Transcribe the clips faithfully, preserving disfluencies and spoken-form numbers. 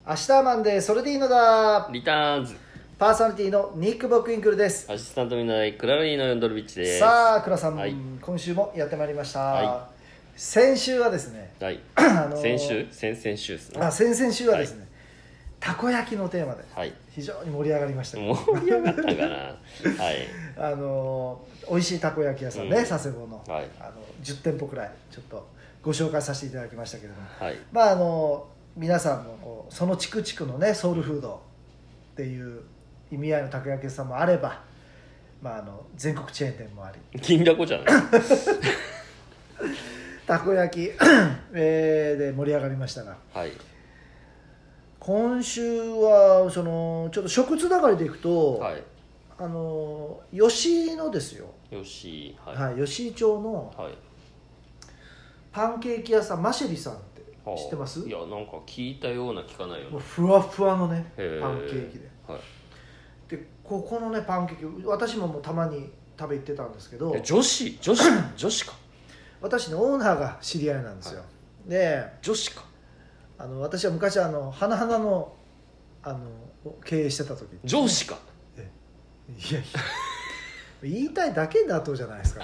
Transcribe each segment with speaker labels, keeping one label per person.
Speaker 1: 明日はマンデー、それでいいのだ。
Speaker 2: リターンズ
Speaker 1: パーソナリティのニック・ボックインクルです。
Speaker 2: アシスタント見習いクラリーのヨンドルビッチです。
Speaker 1: さあ倉さん、
Speaker 2: はい、
Speaker 1: 今週もやってまいりました、
Speaker 2: は
Speaker 1: い、先週はですね、
Speaker 2: はい
Speaker 1: あのー、
Speaker 2: 先週先々週ですね。
Speaker 1: あ先々週はですね、はい、たこ焼きのテーマで非常に盛り上がりました、
Speaker 2: はい、盛り上がったかなはい、
Speaker 1: あのー、美味しいたこ焼き屋さんね、うん、佐世保の、はい、あのじゅってんぽくらいちょっとご紹介させていただきましたけれども、はい、まああのー皆さんのこうその地区地区のねソウルフードっていう意味合いのたこ焼き屋さんもあれば、まあ、あの全国チェーン店もあり
Speaker 2: 銀だこじゃない
Speaker 1: たこ焼き、えー、で盛り上がりましたが、はい、今週はそのちょっと食つながりでいくと、はい、あの吉井のですよ
Speaker 2: 吉井、
Speaker 1: はいはい、吉井町のパンケーキ屋さんマシェリさん知ってます？
Speaker 2: いやなんか聞いたような聞かないような
Speaker 1: ふわふわのねパンケーキで、はい、でここのねパンケーキ私ももうたまに食べ行ってたんですけど
Speaker 2: 女子女子女子か
Speaker 1: 私のオーナーが知り合いなんですよ、はい、で
Speaker 2: 女子か
Speaker 1: あの私は昔あの花々のあの経営してた時
Speaker 2: 上司か
Speaker 1: えいやいや言いたいだけだとじゃないですか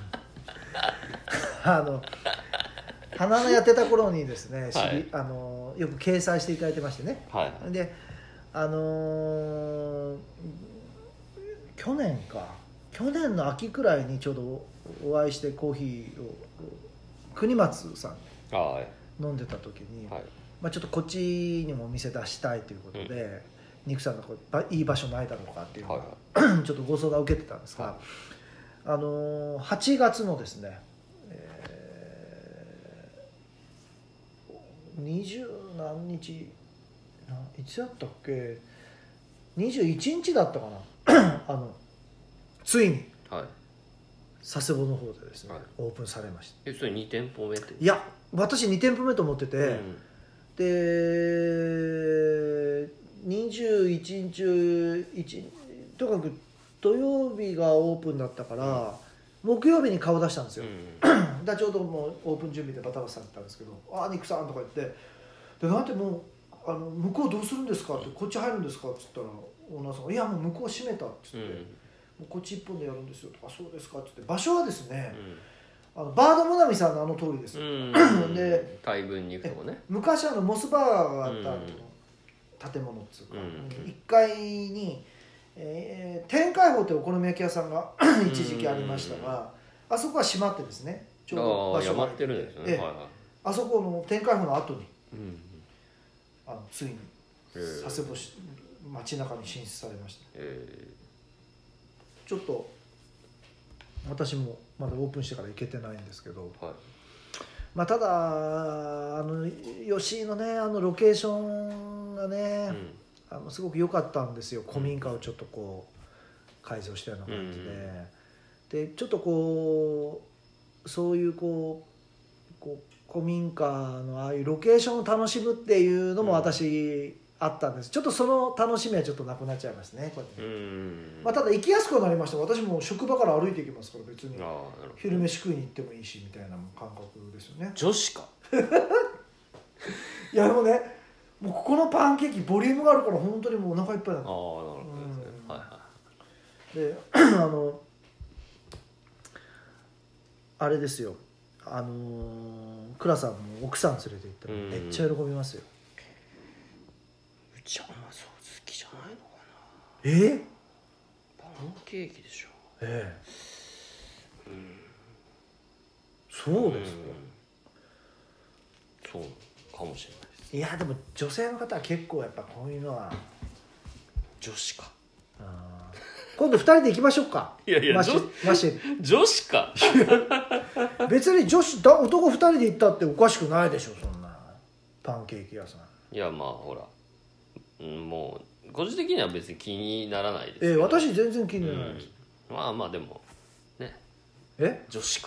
Speaker 1: あの花のやってた頃にですね、はい、あのよく掲載していただいてましてね、はい、であのー、去年か去年の秋くらいにちょうどお会いしてコーヒーを国松さん飲んでた時に、はい、まあ、ちょっとこっちにもお店出したいということで、うん、ニクさんがこういい場所ないだろうかっていうのを、はい、ちょっとご相談を受けてたんですが、はい、あのー、はちがつのですね二十何日いつやったっけにじゅういちにちだったかなあのついに、はい、佐世保の方でですね、はい、オープンされました。
Speaker 2: えそれに店舗目って？
Speaker 1: いや私に店舗目と思ってて、うん、でにじゅういちにちいちとにかく土曜日がオープンだったから、うん、木曜日に顔出したんですよ、うんだちょうどもうオープン準備でバタバタされてたんですけど、あニックさんとか言ってでなんでもうあの向こうどうするんですかってこっち入るんですかって言ったらオーナーさんがいやもう向こう閉めたって言って、うん、もうこっち一本でやるんですよとかそうですかって言って場所はですね、うん、あのバードモナミさんのあの通りです、うん、で
Speaker 2: 大分に行くとこね
Speaker 1: 昔あのモスバーガーがあった、うん、建物っていうか、うん、いっかいに、えー、天海坊というお好み焼き屋さんが一時期ありましたが、うん、あそこは閉まってですねちょうど場所があってるんですよね、はいはい、あそこの天海坊の後に、うん、あのついに佐世保市街中に進出されました、えー、ちょっと私もまだオープンしてから行けてないんですけど、はい、まあ、ただあの吉井のねあのロケーションがね、うん、あのすごく良かったんですよ。古民家をちょっとこう改造したような感じで、うん、でちょっとこうそういうこう、こう古民家のああいうロケーションを楽しむっていうのも私あったんです。ちょっとその楽しみはちょっとなくなっちゃいますね。こうやってね、うん、まあ、ただ行きやすくはなりました。私も職場から歩いていきますから別に昼飯食いに行ってもいいしみたいな感覚ですよね。
Speaker 2: 女子か
Speaker 1: いやでもねもうここのパンケーキボリュームがあるから本当にもうお腹いっぱいなんです。ああなるほどですね、うん、はいはいであのあれですよあのー、倉さんも奥さん連れて行ったらめっちゃ喜びますよ。
Speaker 2: うちはあんまそう好きじゃないのか
Speaker 1: な。え
Speaker 2: パンケーキでしょ。
Speaker 1: ええ、うん、そうですか、
Speaker 2: うん、そうかもしれないです。
Speaker 1: いやでも女性の方は結構やっぱこういうのは
Speaker 2: 女子か。
Speaker 1: あ今度ふたりで行きましょうか。
Speaker 2: いやいや
Speaker 1: マシマシ
Speaker 2: 女子か
Speaker 1: 別に女子だ男ふたりで行ったっておかしくないでしょそんなパンケーキ屋さん。
Speaker 2: いやまあほらもう個人的には別に気にならないですけど、
Speaker 1: えー、私全然気にならないです、
Speaker 2: うん、まあまあでもね
Speaker 1: え
Speaker 2: 女子か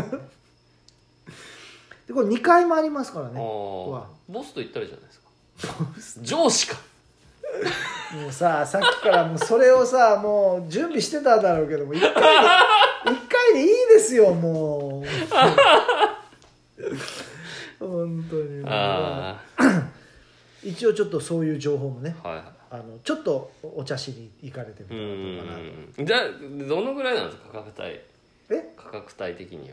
Speaker 1: でこれにかいもありますからね。
Speaker 2: ボスと言ったらいいじゃないですか上司か
Speaker 1: もうささっきからもうそれをさもう準備してただろうけどもいっかいでいっかいでいいですよもう本当に
Speaker 2: あ
Speaker 1: 一応ちょっとそういう情報もね、
Speaker 2: はいはい、
Speaker 1: あのちょっとお茶しに行かれてみたらどうかなと。
Speaker 2: じゃあどのぐらいなんですか価格帯？
Speaker 1: え
Speaker 2: 価格帯的には。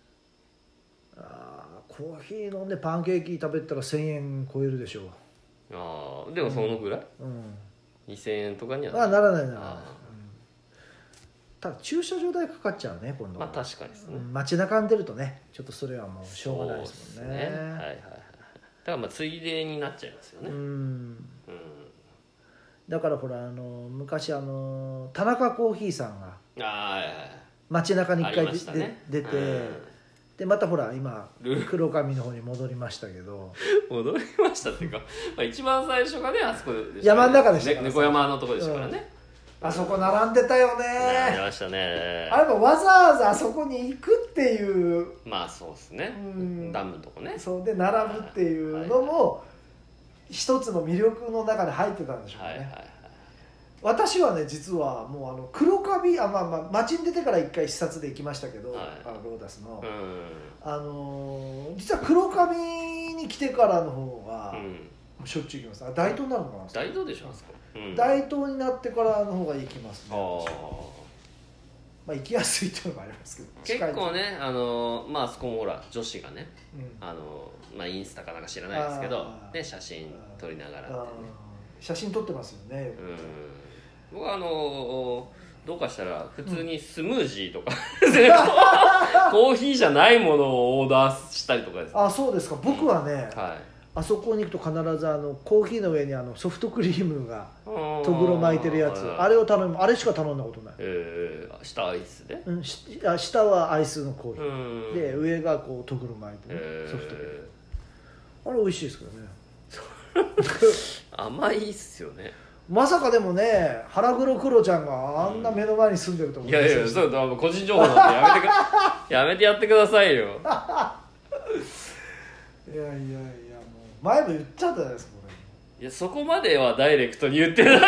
Speaker 1: あコーヒー飲んでパンケーキ食べたらせんえん超えるでしょう。
Speaker 2: ああでもそのぐらい、
Speaker 1: うん、
Speaker 2: にせんえんとかには
Speaker 1: あならないならない、うん、ただ駐車場代かかっちゃうね今度は。
Speaker 2: まあ確かにですね、
Speaker 1: うん、街中に出るとねちょっとそれはもうしょうがないですもんね。
Speaker 2: そうですね、はいはいはい。だからまあついでになっちゃいますよね。うん、うん、
Speaker 1: だからほらあの昔あの田中コーヒーさんが街中に一回、ね、出て、うん、でまたほら今黒髪の方に戻りましたけど
Speaker 2: 戻りましたっていうか、まあ、一番最初がねあそこでした、ね、
Speaker 1: 山の中でしたから、
Speaker 2: ね、猫山のとこでしたからね、
Speaker 1: うん、あそこ並んでたよね。
Speaker 2: 並んでましたね。
Speaker 1: あれもわざわざあそこに行くっていう、
Speaker 2: まあそうですね、うん、ダムのとこね。
Speaker 1: そうで並ぶっていうのも一つの魅力の中で入ってたんでしょうね、はいはいはい。私はね実はもうあの黒カビあまあまあ街に出てから一回視察で行きましたけど、はい、あのローダスの、うん、あのー、実は黒カビに来てからの方が、うん、しょっちゅう行きます。あ大東になるのかな。
Speaker 2: 大東でしょ、うん、
Speaker 1: 大東になってからの方が行きますね。あまあ行きやすいっていうのもありますけど
Speaker 2: 結構ねあのー、まああそこもほら女子がね、うん、あのー、まあインスタかなんか知らないですけどで写真撮りながらって、ね、
Speaker 1: 写真撮ってますよね。うん
Speaker 2: 僕はあのどうかしたら普通にスムージーとか、うん、コーヒーじゃないものをオーダーしたりとかですね。
Speaker 1: あそうですか。僕はね、うんはい、あそこに行くと必ずあのコーヒーの上にあのソフトクリームがとぐろ巻いてるやつ あ, あれを頼む。あれしか頼んだことない。え
Speaker 2: ー、下アイスで、
Speaker 1: うん、あ下はアイスのコーヒーで上がこうとぐろ巻いてる、ねえー、ソフトクリームあれ美味しいですけどね
Speaker 2: 甘いっすよね。
Speaker 1: まさかでもね腹黒クロちゃんがあんな目の前に住んでると思う、
Speaker 2: うん、いやいやそうだ個人情報なんでやめてくやめてやってくださいよい
Speaker 1: やいやいやもう前も言っちゃったじゃないですかこ
Speaker 2: れ。いやそこまではダイレクトに言ってない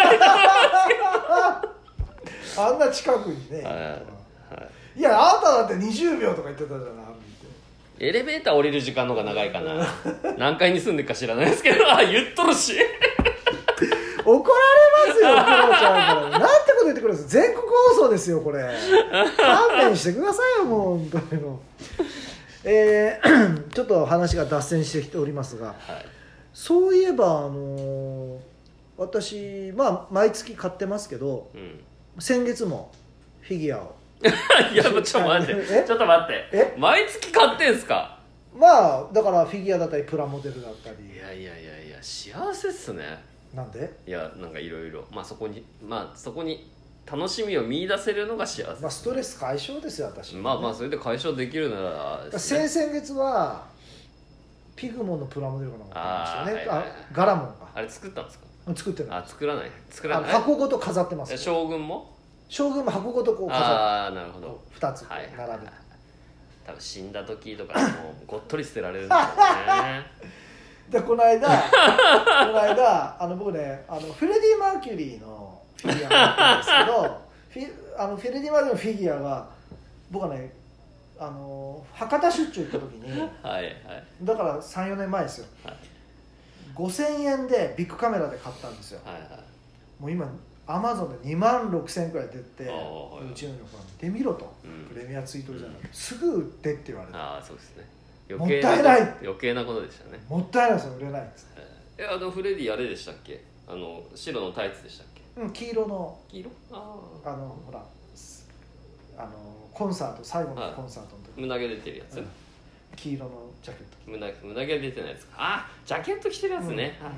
Speaker 1: あんな近くにね、はいはい、いやあなただってにじゅうびょうとか言ってたじゃない。
Speaker 2: エレベーター降りる時間の方が長いかな何階に住んでるか知らないですけどあ言っとるし
Speaker 1: 怒られますよクロちゃんからなんてこと言ってくるんです。全国放送ですよこれ勘弁してくださいよもう本当にもえー、ちょっと話が脱線してきておりますが、はい、そういえばあのー、私まあ毎月買ってますけど、うん、先月もフィギュアを
Speaker 2: いやちょっと待ってちょっと待ってえ毎月買ってんすか。
Speaker 1: まあだからフィギュアだったりプラモデルだったり。
Speaker 2: いやいやいやいや幸せっすね。
Speaker 1: なんで？
Speaker 2: いやなんかいろいろまあそこにまあそこに楽しみを見出せるのが幸せ、
Speaker 1: まあ、ストレス解消ですよ私、ね、
Speaker 2: まあまあそれで解消できるなら、
Speaker 1: ね、先々月はピグモンのプラモデルかなんか買いましたね。あ、はいはいはい、あガラモンか。
Speaker 2: あれ作ったんですか？
Speaker 1: 作ってない。
Speaker 2: あ作らない作らない
Speaker 1: 箱ごと飾ってます。
Speaker 2: 将軍も
Speaker 1: 将軍も箱ごとこう飾って
Speaker 2: ああなるほど
Speaker 1: ふたつ並べて、はいはいはい、
Speaker 2: 多分死んだ時とかもうごっとり捨てられるんですよね
Speaker 1: でこの間この間あの僕ねあのフレディ・マーキュリーのフィギュアがあったんですけどフィあのフレディ・マーキュリーのフィギュアが僕はねあの博多出張行った時にはい、はい、だから さん,よ 年前ですよ、はい、ごせんえんでビッグカメラで買ったんですよ、はいはい、もう今アマゾンでにまんろくせんえんくらい出てうちの子が見てみろと、うん、プレミアついとるじゃない、うん、すぐ売ってって言われて
Speaker 2: ああそうですね
Speaker 1: もったいない
Speaker 2: 余計なことでしたね。
Speaker 1: もったいないですよ売れないっつって、
Speaker 2: えあのフレディあれでしたっけあの白のタイツでしたっけ。
Speaker 1: うん黄色の
Speaker 2: 黄色あ
Speaker 1: あのほらあのコンサート最後のコンサートの時、
Speaker 2: はい、胸毛出てるやつ、うん、
Speaker 1: 黄色のジャケット
Speaker 2: 胸胸毛出てないやつかあジャケット着てるやつね、うんはいはいはい、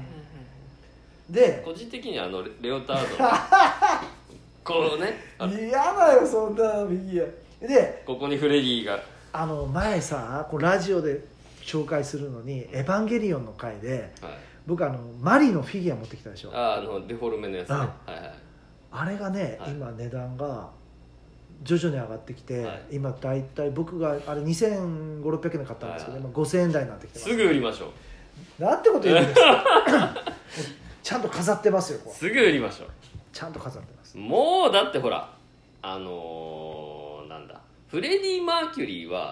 Speaker 1: で
Speaker 2: 個人的にはあのレオタードのこうね
Speaker 1: 嫌だよそんなフィギュアで
Speaker 2: ここにフレディが
Speaker 1: あの前さこうラジオで紹介するのに「エヴァンゲリオン」の回で、はい、僕あのマリのフィギュア持ってきたでしょ。
Speaker 2: ああのデフォルメのやつね、はいはい、
Speaker 1: あれがね、はい、今値段が徐々に上がってきて、はい、今だいたい僕があれにせんごひゃくろっぴゃくえんで買ったんですけど、はい、今ごせんえん台になってきてます。
Speaker 2: すぐ売りましょ
Speaker 1: うなんてこと言うんですかちゃんと飾ってますよこう
Speaker 2: すぐ売りましょう
Speaker 1: ちゃんと飾ってます。
Speaker 2: もうだってほらあのー、なんだフレディ・マーキュリーは、ええ、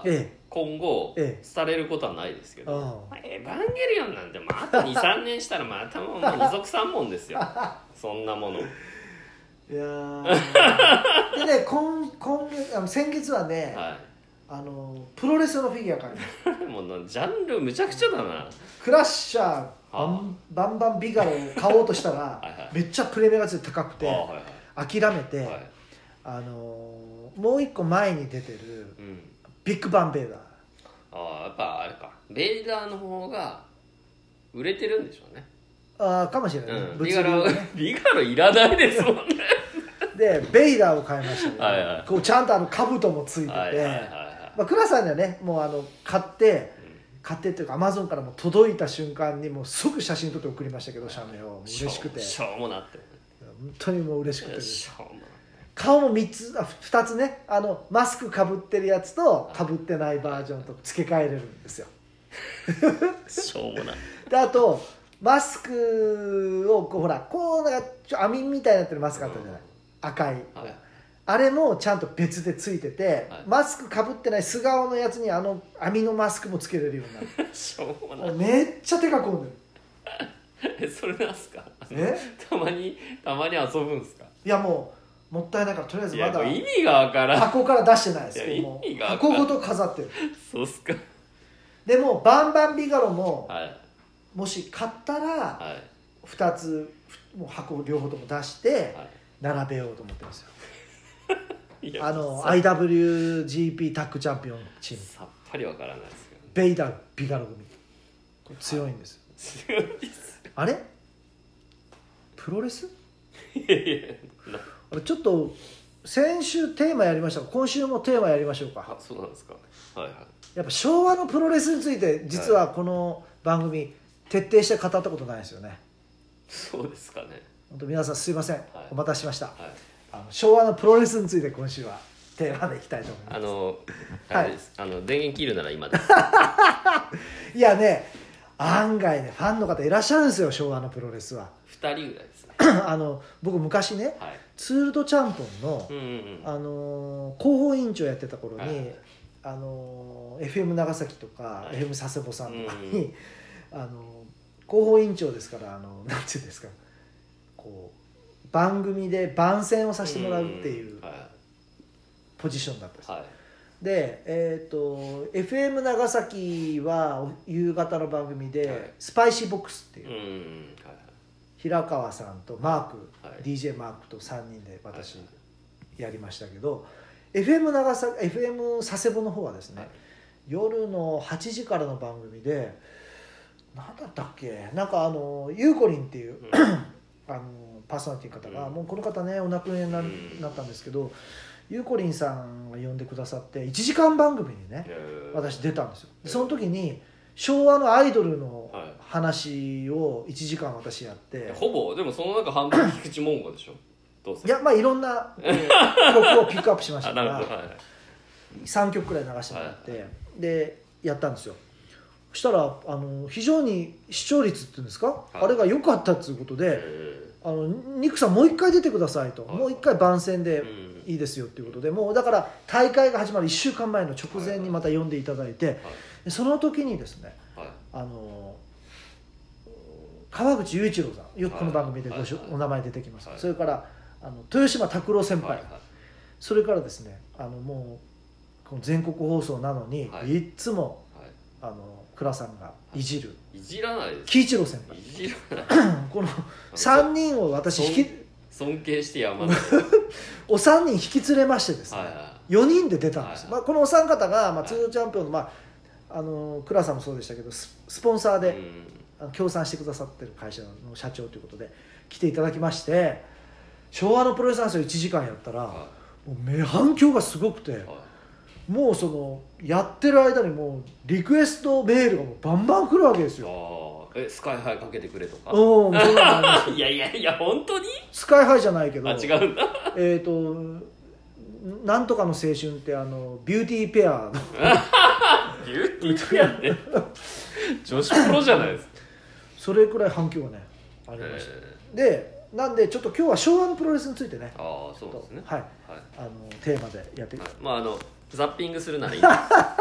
Speaker 2: 今後、
Speaker 1: ええ
Speaker 2: されることはないですけど、
Speaker 1: うん
Speaker 2: まあエヴァンゲリオンなんてもうあとにさんねんしたらまたもう二足三門ですよそんなもの。
Speaker 1: いやーでね今今月あの先月はね、
Speaker 2: は
Speaker 1: あのプロレスのフィギュア買いました
Speaker 2: いもうジャンルむちゃくちゃだな。
Speaker 1: クラッシャーバンバンバンビガロを買おうとしたら
Speaker 2: はいはい
Speaker 1: めっちゃプレミアが高くて
Speaker 2: あはいはい
Speaker 1: 諦めて、
Speaker 2: はい
Speaker 1: あのーもう一個前に出てる
Speaker 2: うん
Speaker 1: ビッグバンベイダー
Speaker 2: ああやっぱあれかベイダーの方が売れてるんでしょうね。
Speaker 1: あーかもしれない、ね
Speaker 2: うん、
Speaker 1: 物
Speaker 2: ビガロ
Speaker 1: 流がね
Speaker 2: ビガロいらないですもんね
Speaker 1: でベイダーを買いましたけど
Speaker 2: はいはい
Speaker 1: こうちゃんとあの兜もついてて、
Speaker 2: はいはいはいはい
Speaker 1: まあ、倉さんにはねもうあの買って買ってっていうかアマゾンからも届いた瞬間にもうすぐ写真撮って送りましたけど写メをもう嬉しくて
Speaker 2: しょうもなって
Speaker 1: 本当にもう嬉しくてです
Speaker 2: しょうもな
Speaker 1: 顔もみっつあふたつねあのマスクかぶってるやつとかぶってないバージョンと付け替えれるんですよ
Speaker 2: しょうもない
Speaker 1: であとマスクをこうほらこうなんかちょ網みたいになってるマスクあったじゃない、赤い、
Speaker 2: はい
Speaker 1: あれもちゃんと別でついてて、
Speaker 2: はい
Speaker 1: マスクかぶってない素顔のやつにあの網のマスクもつけれるようになる
Speaker 2: しょうもない
Speaker 1: めっちゃ手が込んでる
Speaker 2: えそれなんすか
Speaker 1: え
Speaker 2: たまにたまに遊ぶんすか。
Speaker 1: いやもうもったいないからとりあえず
Speaker 2: いや
Speaker 1: まだ
Speaker 2: もう意味がわからん
Speaker 1: 箱から出してないです
Speaker 2: いや
Speaker 1: もう
Speaker 2: 意味がわかん
Speaker 1: 箱ごと飾ってる
Speaker 2: そうっすか。
Speaker 1: でもバンバンビガロも
Speaker 2: はい
Speaker 1: もし買ったら
Speaker 2: はい
Speaker 1: ふたつもう箱を両方とも出して
Speaker 2: はい
Speaker 1: 並べようと思ってますよ
Speaker 2: いや
Speaker 1: あの
Speaker 2: さ
Speaker 1: アイダブリュージーピー タッグチャンピオンチーム
Speaker 2: さっぱりわからないですけど
Speaker 1: ベイダービガロ組これ強いんですよ
Speaker 2: 強いです
Speaker 1: あれプロレス
Speaker 2: いやいやな
Speaker 1: あれちょっと先週テーマやりましたが今週もテーマやりましょうか
Speaker 2: あそうなんですか。はいはい
Speaker 1: やっぱ昭和のプロレスについて実はこの番組徹底して語ったことないですよね
Speaker 2: そうですかね。
Speaker 1: 本当皆さんすいません、
Speaker 2: はい
Speaker 1: お待たせしました、
Speaker 2: はい
Speaker 1: あの昭和のプロレスについて今週はテーマでいきたいと思います
Speaker 2: あの
Speaker 1: はい
Speaker 2: あれです、あの電源切るなら今です
Speaker 1: いやね案外ねファンの方いらっしゃるんですよ昭和のプロレスは
Speaker 2: ふたりぐらいですね
Speaker 1: あの僕昔ね
Speaker 2: はい
Speaker 1: ツール・ド・チャンポンの、
Speaker 2: うんうんうん
Speaker 1: あのー広報委員長やってた頃に、
Speaker 2: はい
Speaker 1: あのー エフエム 長崎とか、
Speaker 2: はい
Speaker 1: エフエム 佐世保さんとかに、
Speaker 2: うんうん
Speaker 1: あのー広報委員長ですからあのなんていうんですかこう番組で番宣をさせてもらうっていう
Speaker 2: うんは
Speaker 1: ポジションだったんです、
Speaker 2: いはい
Speaker 1: で、えー、と エフエム 長崎は夕方の番組で、
Speaker 2: はい
Speaker 1: スパイシーボックスっていう、
Speaker 2: うんうんはい
Speaker 1: 平川さんとマーク、
Speaker 2: はい
Speaker 1: ディージェー マークとさんにんで私
Speaker 2: はい
Speaker 1: やりましたけど、エフエム 長崎 エフエム 佐世保の方はですね、
Speaker 2: はい
Speaker 1: 夜のはちじからの番組で何だったっけなんかあのゆうこりんっていう、
Speaker 2: うん
Speaker 1: あのパーソナリティの方が、
Speaker 2: うん
Speaker 1: もうこの方ねお亡くなりにな,、
Speaker 2: うん
Speaker 1: なったんですけどゆうこりんさんが呼んでくださっていちじかん番組にね
Speaker 2: えー
Speaker 1: 私出たんですよ。
Speaker 2: うん
Speaker 1: その時に昭和のアイドルの
Speaker 2: はい
Speaker 1: 話をいちじかん私やって、
Speaker 2: ほぼでもその中半分菊池桃子でしょどうせ
Speaker 1: いやまあいろんなこう曲をピックアップしました
Speaker 2: あ
Speaker 1: から
Speaker 2: なるほどはいはい
Speaker 1: さんきょくくらい流してもらって、
Speaker 2: は
Speaker 1: でやったんですよ。そしたらあの非常に視聴率っていうんですか、
Speaker 2: はい
Speaker 1: あれが良かったっていうことで
Speaker 2: え
Speaker 1: あのニックさんもう一回出てくださいと、
Speaker 2: はい
Speaker 1: もう一回番宣で
Speaker 2: ーうん
Speaker 1: いいですよっていうことでもうだから大会が始まるいっしゅうかんまえの直前にまた呼んでいただいて、
Speaker 2: はい
Speaker 1: でその時にですね
Speaker 2: はい
Speaker 1: あの川口雄一郎さんよくこの番組でごしょ、
Speaker 2: はいはい
Speaker 1: お名前出てきます、
Speaker 2: はい
Speaker 1: それからあの豊島拓郎先輩、
Speaker 2: はいはい
Speaker 1: それからですねあのもうこの全国放送なのに、
Speaker 2: はい
Speaker 1: いっつも
Speaker 2: はい
Speaker 1: あの倉さんがいじる
Speaker 2: いじらないです
Speaker 1: 喜一郎先輩
Speaker 2: いじらない
Speaker 1: このさんにんを私引き
Speaker 2: 尊敬してやまない
Speaker 1: おさんにん引き連れましてですね、
Speaker 2: はいは
Speaker 1: よにんで出たんです、
Speaker 2: はい
Speaker 1: まあ、このお三方が、まあ、
Speaker 2: はい
Speaker 1: ツールチャンピオンの、まあ、あの倉さんもそうでしたけどススポンサーで、
Speaker 2: いうん
Speaker 1: あの協賛してくださってる会社の社長ということで来ていただきまして昭和のプロレスダンスをいちじかんやったら、
Speaker 2: は
Speaker 1: もう目反響がすごくて、
Speaker 2: いはい
Speaker 1: もうそのやってる間にもうリクエストメールがもうバンバン来るわけですよ。
Speaker 2: あーえスカイハイかけてくれとか
Speaker 1: うん、そんなのありますよ
Speaker 2: いやいやいや本当に
Speaker 1: スカイハイじゃないけど
Speaker 2: あ違うんだ
Speaker 1: えっ、となんとかの青春ってあのビューティーペアの
Speaker 2: ビューティーペアって女子プロじゃないですか
Speaker 1: それくらい反響がねありました、
Speaker 2: え
Speaker 1: でなんでちょっと今日は昭和のプロレスについてね
Speaker 2: ーああそうですね
Speaker 1: はい
Speaker 2: はい
Speaker 1: あのテーマでやっていく、
Speaker 2: はいまああのザッピングするならいいんです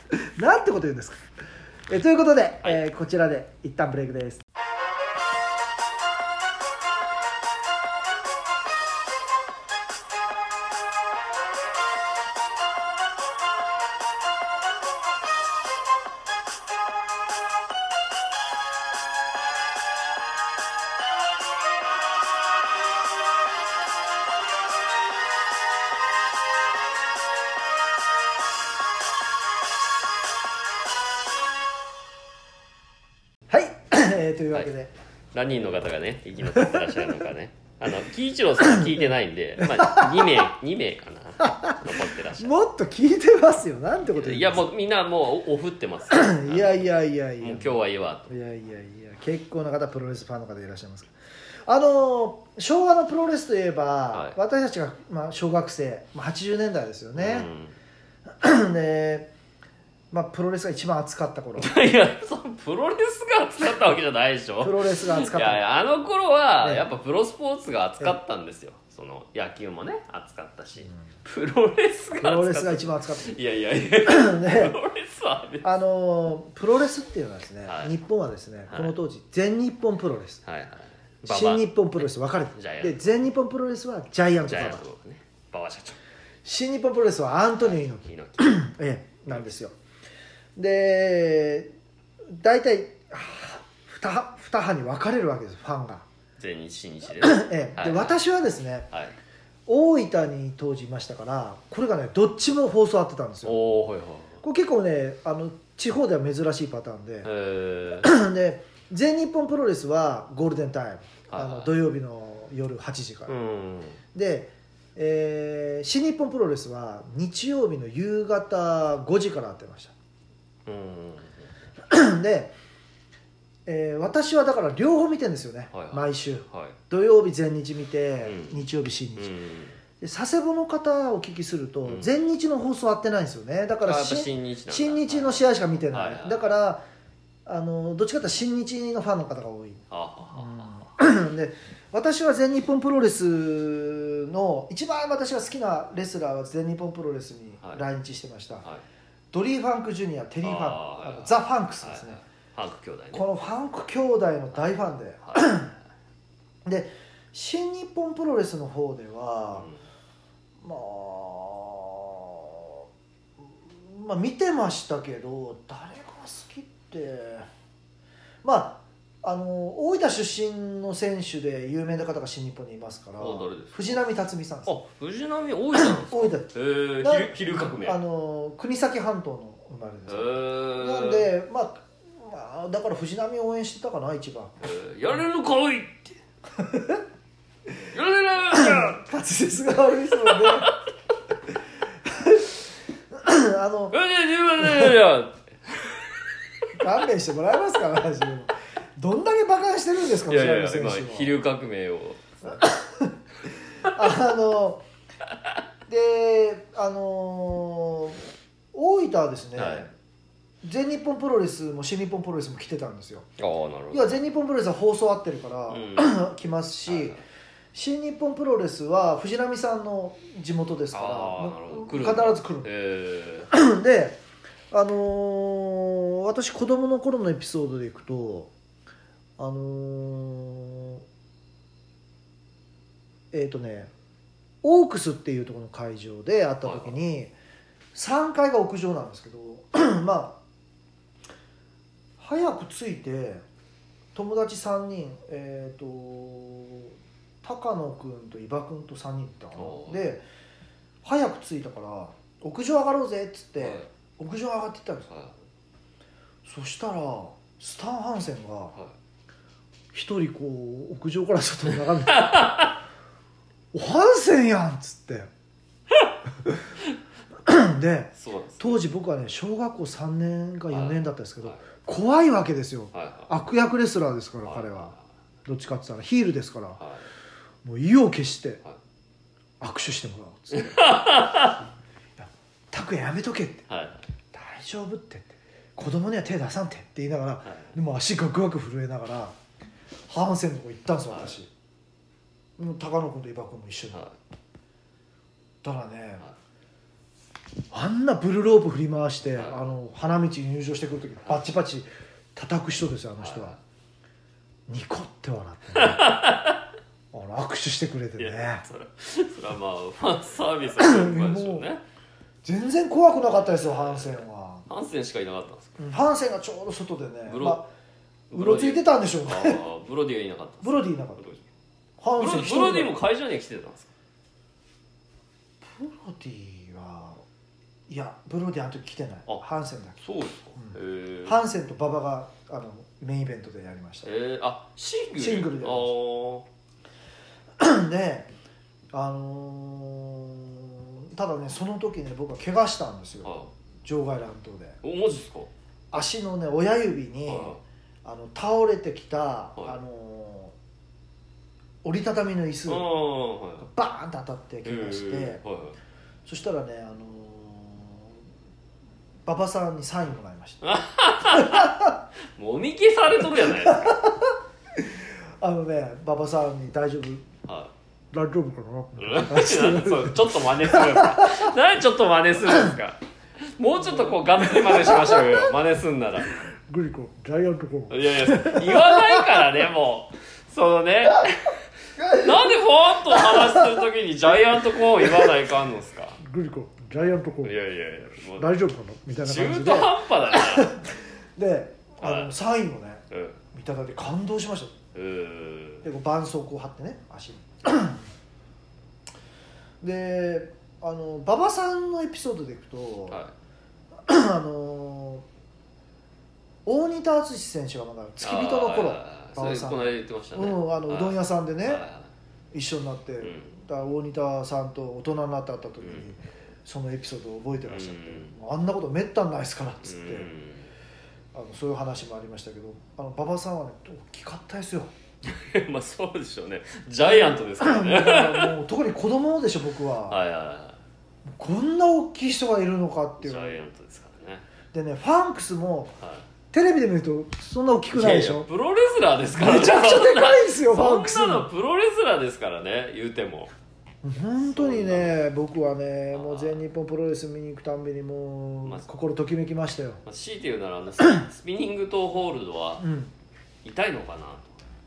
Speaker 1: なんてこと言うんですか。えということで、
Speaker 2: はい
Speaker 1: えーこちらで一旦ブレイクです。はい、えーというわけで、
Speaker 2: 何人の方がね生き残ってらっしゃるのかねあの喜一郎さんは聞いてないんで、まあ、に名に名かな残ってらっしゃる。
Speaker 1: もっと聞いてますよ。なんてこと言うん
Speaker 2: い
Speaker 1: ですか。
Speaker 2: やもうみんなもうオフってます
Speaker 1: いやいやいやいや、
Speaker 2: もう今日はいいわと。
Speaker 1: いやいやいや、結構な方、プロレスファンの方いらっしゃいますから。あの昭和のプロレスといえば、
Speaker 2: はい、
Speaker 1: 私たちが、まあ、小学生、まあ、はちじゅうねんだいですよね、
Speaker 2: うん、
Speaker 1: で、まあ、プロレスが一番熱かった頃
Speaker 2: いやそのプロレスが熱かったわけじゃないでしょ。
Speaker 1: プロレスが熱かった
Speaker 2: いやいやあの頃は
Speaker 1: ね
Speaker 2: やっぱプロスポーツが熱かったんですよ。その野球もね熱かったし、うん、プロレスが熱かった。
Speaker 1: プロレスが一番熱かった
Speaker 2: いやいやいや、
Speaker 1: ね、
Speaker 2: プロレスは
Speaker 1: あのプロレスっていうのはですね、はい、日本はですね、この当時全日本プロレス、はいはい、新日本プロレス分かれてる、で全日本プロレスはジャイアント馬場、ね、
Speaker 2: 馬場社長、
Speaker 1: 新日本プロレスはアントニオ猪木、ええ、なんですよ。で大体二派に分かれるわけです、ファンが。
Speaker 2: 全日新日で、
Speaker 1: ええ、で私はですね、はい、大分に当時いましたから、これがねどっちも放送合ってたんですよ。お、はいはい、これ結構ねあの地方では珍しいパターンで、えー、で全日本プロレスはゴールデンタイム、はい、あの土曜日の夜はちじから、うん、で、えー、新日本プロレスは日曜日の夕方ごじからやってました、うん、で、えー、私はだから両方見てるんですよね、はいはい、毎週、はい、土曜日全日見て、うん、日曜日新日、うん、で佐世保の方をお聞きすると、うん、全日の放送合ってないんですよね。だから新日、新日の試合しか見てない、はいはい、だからあのどっちかというと新日のファンの方が多い、うん、で私は全日本プロレスの一番私が好きなレスラーは全日本プロレスに来日してました、はいはい、ドリー・ファンク・ジュニア、テリー・ファンク、あのザ・ファンクスですね、
Speaker 2: はいはい、ファンク兄弟ね、
Speaker 1: このファンク兄弟の大ファンで、はい、で新日本プロレスの方では、うん、まあまあ見てましたけど、誰が好きってまああの大分出身の選手で有名な方が新日本にいますから、藤波辰巳さんです。
Speaker 2: あ、藤波大分なんですか。大分。へえ、昼革命。
Speaker 1: あの国東半島の生まれです。なんでまあ、まあだから藤波を応援してたかな一番。
Speaker 2: やれるかおいって。やれる。
Speaker 1: 滑舌が悪いですもんね。あの。いやいやいやいや。勘弁してもらえますかな、自分。どんだけバカにしてるんですか、
Speaker 2: いやいやいや、今飛龍革命を
Speaker 1: あのであの大分はですね、はい、全日本プロレスも新日本プロレスも来てたんですよ。ああ、なるほど。いや全日本プロレスは放送合ってるから、うん、来ますし、はいはい、新日本プロレスは藤波さんの地元ですから必ず来る、えー、であのー、私子供の頃のエピソードでいくとあのー、えっ、ー、とねオークスっていうところの会場で会った時に、はい、さんがいが屋上なんですけどまあ早く着いて友達さんにんえっ、ー、と高野くんと伊庭くんとさんにんいたかな。で早く着いたから屋上上がろうぜっつって、はい、屋上上がっていったんですよ、はい、そしたらスタン・ハンセンが、はい一人こう屋上からちょっと眺めておハンセンやんっつってで当時僕はね小学校さんねんかよねんだったんですけど、はい、怖いわけですよ、はいはい、悪役レスラーですから、はい、彼はどっちかって言ったらヒールですから、はい、もう意を決して握手してもらおうっつって拓也やめとけって、はい、大丈夫ってって子供には手出さんてって言いながら、はい、でも足ガクガク震えながらハンセンのとこ行ったんですよ、はい、私高野君と伊庭君も一緒に、はい、だからね、はい、 あんなブルーロープ振り回して、
Speaker 2: はい、
Speaker 1: あの花道に入場してくる時バチバチ叩く人ですよあの人は、はい、ニコって笑ってねあの握手してくれてね。
Speaker 2: それそれはまあファンサービスのでしょうね
Speaker 1: 全然怖くなかったですよハンセンは。
Speaker 2: ハンセンしかいなかったんですか、
Speaker 1: うん、ハンセンがちょうど外でね
Speaker 2: ブロ、
Speaker 1: まあ、うろついてたんでしょうね。
Speaker 2: あブロディはいなかった。
Speaker 1: ブロディいなかった。
Speaker 2: ハンセンブロディも会場には来てたんですか。
Speaker 1: ブロディはいやブロディあの時来てない。ハンセンだけ。
Speaker 2: そうですか、うん、へ
Speaker 1: ハンセンと馬場があのメインイベントでやりました。
Speaker 2: えー、あシングル
Speaker 1: シングルでやりましたで、あのー、ただねその時ね僕は怪我したんですよ、はあ、場外乱闘で。
Speaker 2: おマジですか。
Speaker 1: 足のね親指に、はあ、あの倒れてきた、はあ、あのー、折りたたみの椅子がバーンと当たって怪我して、はいはい、そしたらね、あのー、馬場さんにサインもらいました
Speaker 2: もみ消されとるやないですか
Speaker 1: あのね馬場さんに大丈夫、はい、大丈夫かな
Speaker 2: そうちょっと真似するんですか何ちょっと真似するんですかもうちょっとこうガッツリ真似しましょうよ真似すんなら。
Speaker 1: グリコジャイアントコーン。
Speaker 2: いやいや言わないからねもうそのねなんでフォーンと話するときにジャイアントコーン言わないかんのですか。
Speaker 1: グリコジャイアントコーン。
Speaker 2: いやいやいや
Speaker 1: 大丈夫かなみたいな感じで
Speaker 2: 中途半端だな
Speaker 1: であの、はい、サインをね、
Speaker 2: うん、
Speaker 1: いただいて感動しました。
Speaker 2: うん、で
Speaker 1: 絆創膏を貼ってね足にであの馬場さんのエピソードでいくと、はい、あの大仁田敦選手がまだ付き人の頃、
Speaker 2: 馬場さんこの間言ってましたね、
Speaker 1: うん、あのうどん屋さんでね一緒になって、うん、だから大仁田さんと大人になって会った時に、うん、そのエピソードを覚えてらっしゃって、うん、あんなことめったにないですからっつって、うん、あのそういう話もありましたけどあの馬場さんはね大きかったですよ
Speaker 2: まあそうでしょうねジャイアントですからね
Speaker 1: からもう特に子供でしょ僕は
Speaker 2: はいはいはい
Speaker 1: こんな大きい人がいるのかっていう
Speaker 2: ジャイアントですからね。
Speaker 1: でねファンクスも、はい、テレビで見るとそんな大きくないでしょ。いやいや
Speaker 2: プロレスラーですからね
Speaker 1: めちゃくちゃでかいんですよファンクスも。
Speaker 2: そんなのプロレスラーですからね言うても
Speaker 1: 本当にね僕はねもう全日本プロレス見に行くたんびにもう、まあ、心ときめきましたよ、
Speaker 2: まあ、強いて言うならあのスピニングトーホールドは痛いのかなと、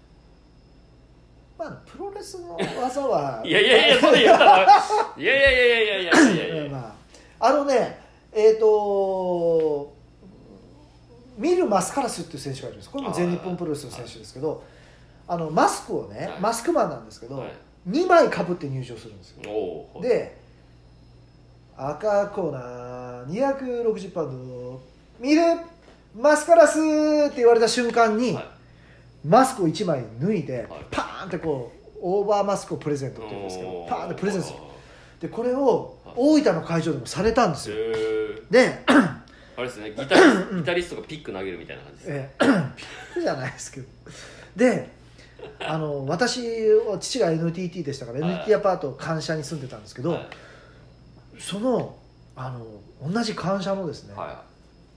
Speaker 1: まあ、プロレスの技はい
Speaker 2: やいやいやそれ言ったらいやいやいやいやいやいやいやいや
Speaker 1: まあ、あのねえっ、ー、とミル・マスカラスっていう選手がいるんです。これも全日本プロレスの選手ですけど、はい、あのマスクをね、はい、マスクマンなんですけど、はい、にまいかぶって入場するんですよ。で赤コーナーにひゃくろくじゅうパウンドミル・マスカラスって言われた瞬間に、はい、マスクをいちまい脱いで、はい、パーンってこうオーバーマスクをプレゼントって言うんですけどパーンってプレゼントする。でこれを大分の会場でもされたんですよ。で
Speaker 2: あれですねギタリギタリストがピック投げるみたいな感じです、
Speaker 1: えー、ピックじゃないですけどであの私父が エヌティーティー でしたから、はい、エヌティーティー アパート官舎に住んでたんですけど、はい、そのあの同じ官舎のですね、はい、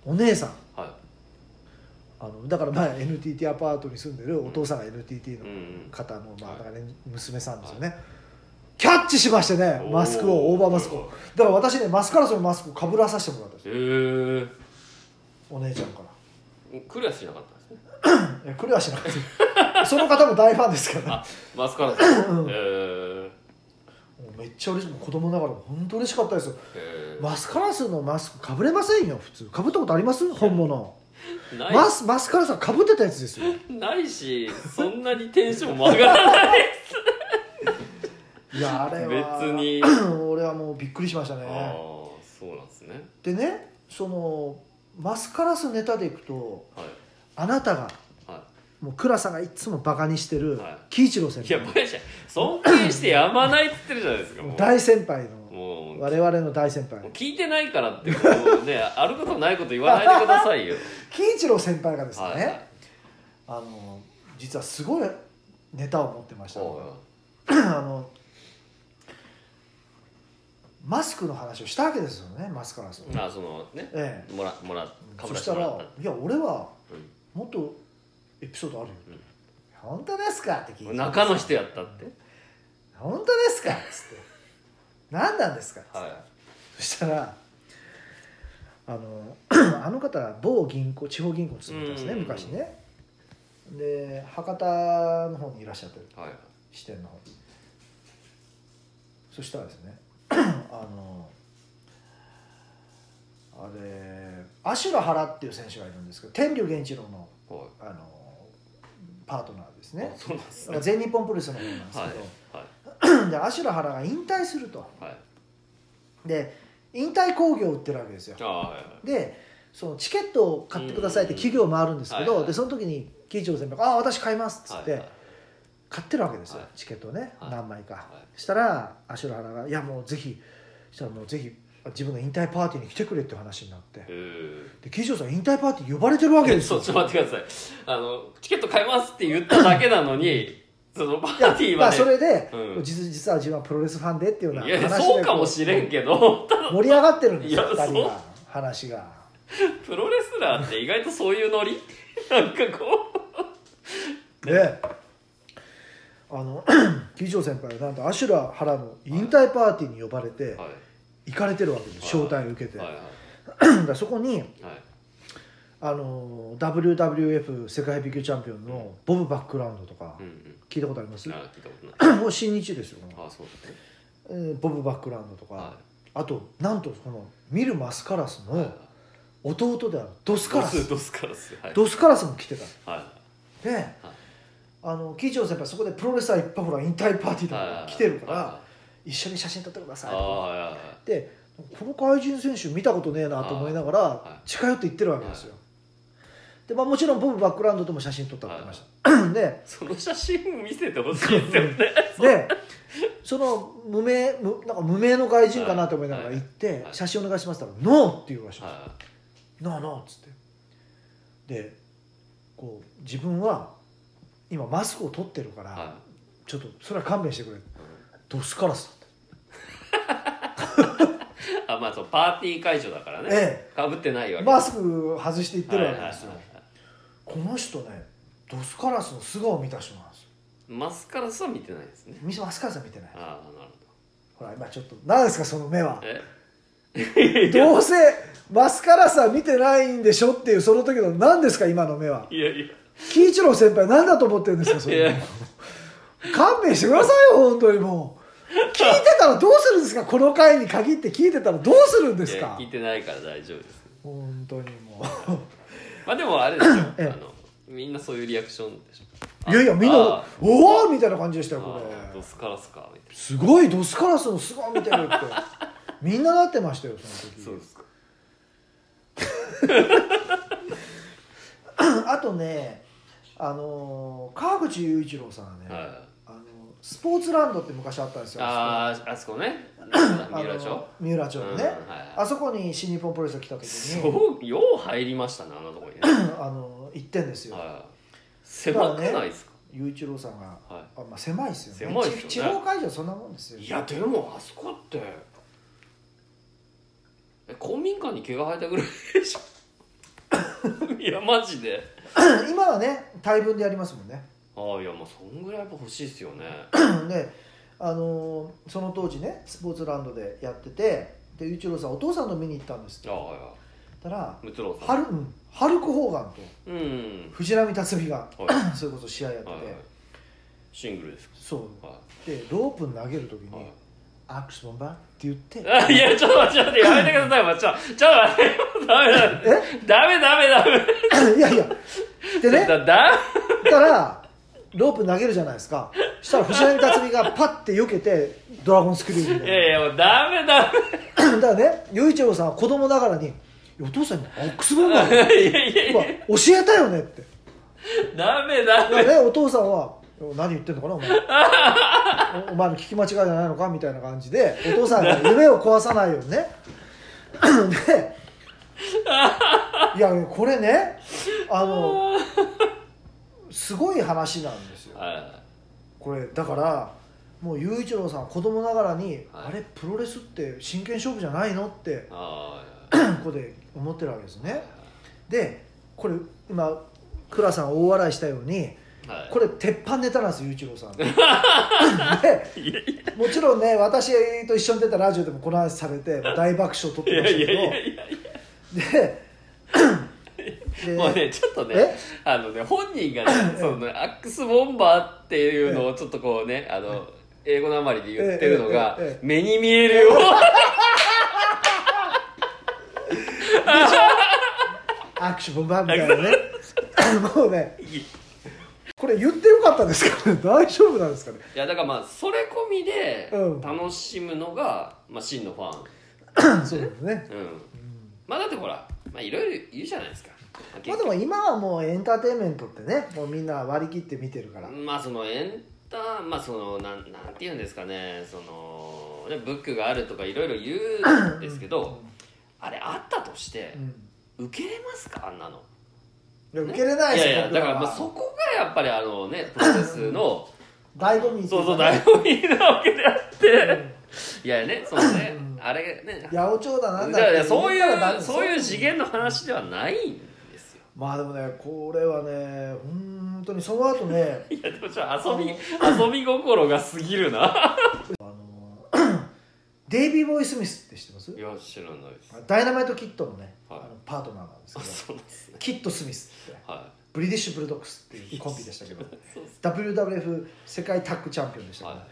Speaker 1: お姉さん、はい、あのだから前 エヌティーティー アパートに住んでるお父さんが エヌティーティー の方の、うんまあだからね、娘さんですよね、はい、キャッチしましてねマスクをオーバーマスクをだから私ねマスカラスのマスクをかぶらさせてもらったんですよ、えー、お姉ちゃんから
Speaker 2: クリアしなかったんですね
Speaker 1: クリアしなかったその方も大ファンですからね
Speaker 2: あマスカラス、うんえー、
Speaker 1: めっちゃ嬉しい子供ながら本当嬉しかったですよ、えー、マスカラスのマスクかぶれませんよ普通かぶったことあります本物マス, マスカラスはかぶってたやつですよ
Speaker 2: ないしそんなにテンションも上がらない
Speaker 1: いやあれは
Speaker 2: 別に
Speaker 1: 俺はもうびっくりしましたね。
Speaker 2: ああそうなんですね。
Speaker 1: でねそのマスカラスネタでいくと、はい、あなたが、はい、もう倉さんがいつもバカにしてる喜一郎先輩、
Speaker 2: いやバカにして尊敬してやまないって言ってるじゃないですかもう
Speaker 1: 大先輩のもう我々の大先輩もう
Speaker 2: 聞いてないからってこう、ね、あることないこと言わないでくださいよ
Speaker 1: 喜一郎先輩がですね、はい、あの実はすごいネタを持ってましたあのマスクの話をしたわけですよねマスカラス
Speaker 2: あそのね、ええ、もらもら
Speaker 1: かぶらせてもらったそしたらいや俺はもっとエピソードあるよ、うん、本当ですかって聞いて
Speaker 2: 中の人やったって
Speaker 1: 本当ですかっつって何なんですかっつって、はい、そしたらあのあの方は某銀行地方銀行に勤めたんですね、昔ね。で博多の方にいらっしゃってる、はい、支店の方に。そしたらですねあのあれアシュラ原っていう選手がいるんですけど、天竜源一郎の、はい、あのパートナーですね。そうなんですね。全日本プロレスの方なんですけど、はいはい、でアシュラ原が引退すると、はい、で引退興行を売ってるわけですよ。あ、はいはい、でそのチケットを買ってくださいって企業もあるんですけど、はいはい、でその時に喜一郎先輩が「ああ私買います」っつって、はいはい、買ってるわけですよ、はい、チケットをね、はい、何枚か、はい、したらアシュラ原が「いやもうぜひしたらもうぜひ自分の引退パーティーに来てくれ」っていう話になって、で喜一郎さん引退パーティー呼ばれてるわけですよ。
Speaker 2: ちょっと待ってください、あのチケット買いますって言っただけなのにそのパーティーはね、
Speaker 1: それで、うん、実, 実は自分はプロレスファンでっていうような話で、いや
Speaker 2: そうかもしれんけど
Speaker 1: 盛り上がってるんですよふたりは話が。
Speaker 2: プロレスラーって意外とそういうノリなんかこ
Speaker 1: うであの喜一郎先輩はなんとアシュラ原の引退パーティーに呼ばれて行かれてるわけです、はい、招待を受けて、はいはい、だそこに、はい、あの ダブリューダブリューエフ 世界ヘビー級チャンピオンのボブ・バックラウンドとか、うんうん、聞いたことあります？あ、聞いたことないもう新日ですよ。あ、そうですね、えー、ボブ・バックラウンドとか、はい、あとなんとこのミル・マスカラスの弟であるドスカラス、
Speaker 2: ドスカラス、はい、
Speaker 1: ドスカラスも来てた、はい、で、はい、あの喜一郎先輩そこでプロレスラーいっぱいほら引退パーティーとか来てるから、はい、一緒に写真撮ってくださいとか、はいはい、でこの怪人選手見たことねえなと思いながら近寄って行ってるわけですよ、はい、でまあ、もちろんボブ・バックグラウンドとも写真撮ったって言ってました、はい、で
Speaker 2: その写真見せてほしいですよね
Speaker 1: でその無名無なんか無名の外人かなと思いながら行って、はいはい、写真お願いしますって言ったら「ノー」って言うらしいんですよ、はい、ノーノーっつってでこう自分は今マスクを取ってるから、はい、ちょっとそれは勘弁してくれ、うん、ドスカラスだって
Speaker 2: あ、まあ、そうパーティー会場だからね、ええ、かぶってないわけ
Speaker 1: マスク外して行ってるわけですよ、はいはいはいはい、この人ねドスカラスの素顔を見た人なんですよ。
Speaker 2: マスカラスは見てないですね。
Speaker 1: マスカラスは見てない。
Speaker 2: ああ、なる
Speaker 1: ほど。ほら今ちょっと何ですかその目は。えどうせマスカラスは見てないんでしょっていうその時の何ですか今の目は。
Speaker 2: いやいや
Speaker 1: 喜一郎先輩何だと思ってるんですかそれ。いや勘弁してくださいよ本当にもう。聞いてたらどうするんですかこの回に限って聞いてたらどうするんですか。
Speaker 2: いや聞いてないから大丈夫です。
Speaker 1: 本当にもう。
Speaker 2: まあでもあれですよあのみんなそういうリアクションでしょ。
Speaker 1: いやいやみんなおおみたいな感じでしたよこれ。
Speaker 2: ドスカラスかみたいな。
Speaker 1: すごいドスカラスの素顔見てるってみんななってましたよその時。
Speaker 2: そうですか
Speaker 1: あとねあの川口雄一郎さんはね、はい、あのスポーツランドって昔あったんですよ。
Speaker 2: あああそこね三浦町
Speaker 1: 三浦町のね、うんはいはい、あそこに新日本プロレスが来た時に
Speaker 2: そうよう入りましたねあのとこにね
Speaker 1: あの行ってんですよ、はい、
Speaker 2: 狭くないですか
Speaker 1: 雄一郎さんが、はいあまあ、狭いですよね。
Speaker 2: 狭いですよね。
Speaker 1: 地方会場そんなもんですよ、ね、
Speaker 2: いやでもあそこってえ公民館に毛が生えたぐらいでしょいやマジで
Speaker 1: 今はね大分でやりますもんね。
Speaker 2: ああいやもうそんぐらいやっぱ欲しいですよね
Speaker 1: であのー、その当時ねスポーツランドでやっててで雄一郎さんお父さんの見に行ったんですって。ああはいはいたら
Speaker 2: ムツロウさん
Speaker 1: ハル、うん、ハルク・ホーガンと、
Speaker 2: うん、
Speaker 1: 藤波辰巳が、はい、それこそ試合やってて、はいはい、
Speaker 2: シングルですか。
Speaker 1: そう、はい、でロープ投げる時に、はい、アックスボンバーって言って
Speaker 2: あいやちょっと待ってやめてくださいまちょちょっと待ってダメだえダメダメダメ
Speaker 1: いやいやでね
Speaker 2: だだ
Speaker 1: たらロープ投げるじゃないですか。したら藤波辰巳がパッて避けてドラゴンスクリューみたいな。
Speaker 2: いやいやもうダメダ
Speaker 1: メだからね雄一郎さんは子供ながらにお父さんにアックスボンバーいやいやいやいや教えたよねって
Speaker 2: ダメダメ、
Speaker 1: ね、お父さんは何言ってんのかなお前お, お前の聞き間違いじゃないのかみたいな感じでお父さんが夢を壊さないようにねでいやこれねあのすごい話なんですよ、はい、これだからもう雄一郎さんは子供ながらに、はい、あれプロレスって真剣勝負じゃないのってここで思ってるわけですね、はい、でこれ今倉さん大笑いしたように、はい、これ鉄板ネタなんです雄一郎さんでもちろんね私と一緒に出たラジオでもこの話されて大爆笑を取ってましたけどでで
Speaker 2: もうねちょっとねあのね本人がねそのねアックスボンバーっていうのをちょっとこうねあの英語なまりで言ってるのが目に見えるよ
Speaker 1: アクションバンみたいなねもうねこれ言ってよかったですかね大丈夫なんですかね。
Speaker 2: いやだからまあそれ込みで楽しむのが、まあ、真のファ
Speaker 1: ンそうですね、
Speaker 2: うん、うん、まあだってほらまあいろいろ言うじゃないですか。
Speaker 1: まあでも今はもうエンターテインメントってねもうみんな割り切って見てるから
Speaker 2: まあそのエンターまあそのなんなんていうんですかねそのねブックがあるとかいろいろ言うんですけどあれあったとして、うん、受けれますかあんなの。
Speaker 1: いや受けれないですよ、
Speaker 2: ね、いやいやだからまあそこがやっぱりあのねプロレスの
Speaker 1: 醍醐味、ね、
Speaker 2: そうそう醍醐味なわけであって、うん、いやねそのね、うん、あれね
Speaker 1: 八百長だなんだって
Speaker 2: そういうそういう次元の話ではないんですよ。
Speaker 1: まあでもねこれはね本当にその後ね
Speaker 2: いやでもちょっと遊び遊び心が過ぎるなあの
Speaker 1: デイビー・ボーイ・スミスって知ってます？
Speaker 2: いや知らないです。
Speaker 1: ダイナマイト・キッドのね、
Speaker 2: はい、
Speaker 1: あのパートナーなんですけど
Speaker 2: そうですね、
Speaker 1: キッド・スミスって、はい、ブリディッシュ・ブルドッグスっていうコンビでしたけどダブリューダブリューエフ 世界タッグチャンピオンでしたけど、はい、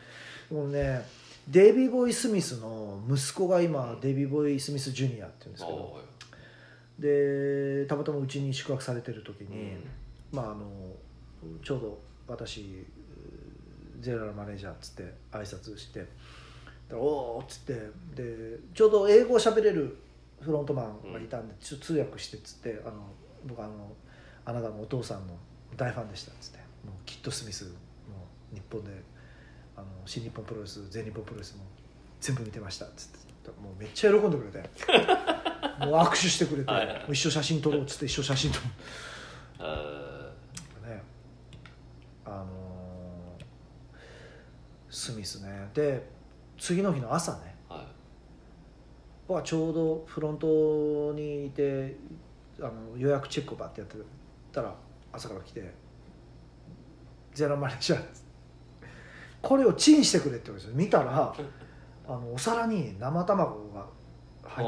Speaker 1: もうねデイビー・ボーイ・スミスの息子が今デイビー・ボーイ・スミス・ジュニアっていうんですけど、でたまたまうちに宿泊されてる時に、うん、まああのちょうど私ゼネラルマネージャーっつって挨拶しておーっつってでちょうど英語を喋れるフロントマンがいたんで、うん、ちょっと通訳してっつってあの僕あのあなたのお父さんの大ファンでしたっつってもうキッド・スミスの日本であの新日本プロレス全日本プロレスも全部見てましたっつってもうめっちゃ喜んでくれてもう握手してくれて、はい、もう一緒写真撮ろうっつって一緒写真撮ろうねあのー、スミスねで次の日の朝ね、はい、僕はちょうどフロントにいてあの予約チェックをバッてやってたら朝から来てゼロマネージャーこれをチンしてくれって言うんですよ。見たらあのお皿に生卵が入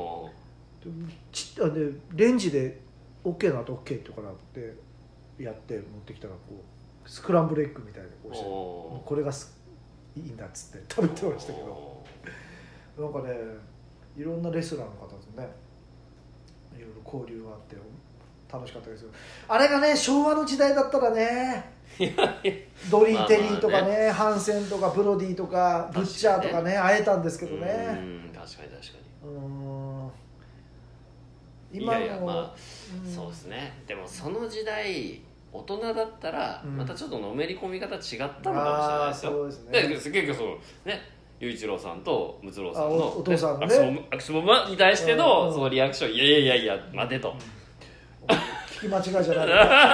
Speaker 1: ってるでレンジで OK なと OK とかなってやって持ってきたらこうスクランブルエッグみたいなこうしてこれがいいんだっつって食べてましたけどなんかねいろんなレスラーの方とねいろいろ交流があって楽しかったですよ。あれがね昭和の時代だったらねドリー・テリーとか ね, まあまあねハンセンとかブロディとかブッチャーとかね会えたんですけどね。
Speaker 2: うん確かに確かに
Speaker 1: うん
Speaker 2: 今のいやいやまあ、うん、そうですね。でもその時代大人だったらまたちょっとのめり込み方違ったのかもしれないですよ、うん、そうですね。結局そうね雄一郎さんとムツロウさんの お, お父さんのねアクションマンに対しての、うん、そのリアクションいやいやいやいや待てと、うん、
Speaker 1: 聞き間違いじゃ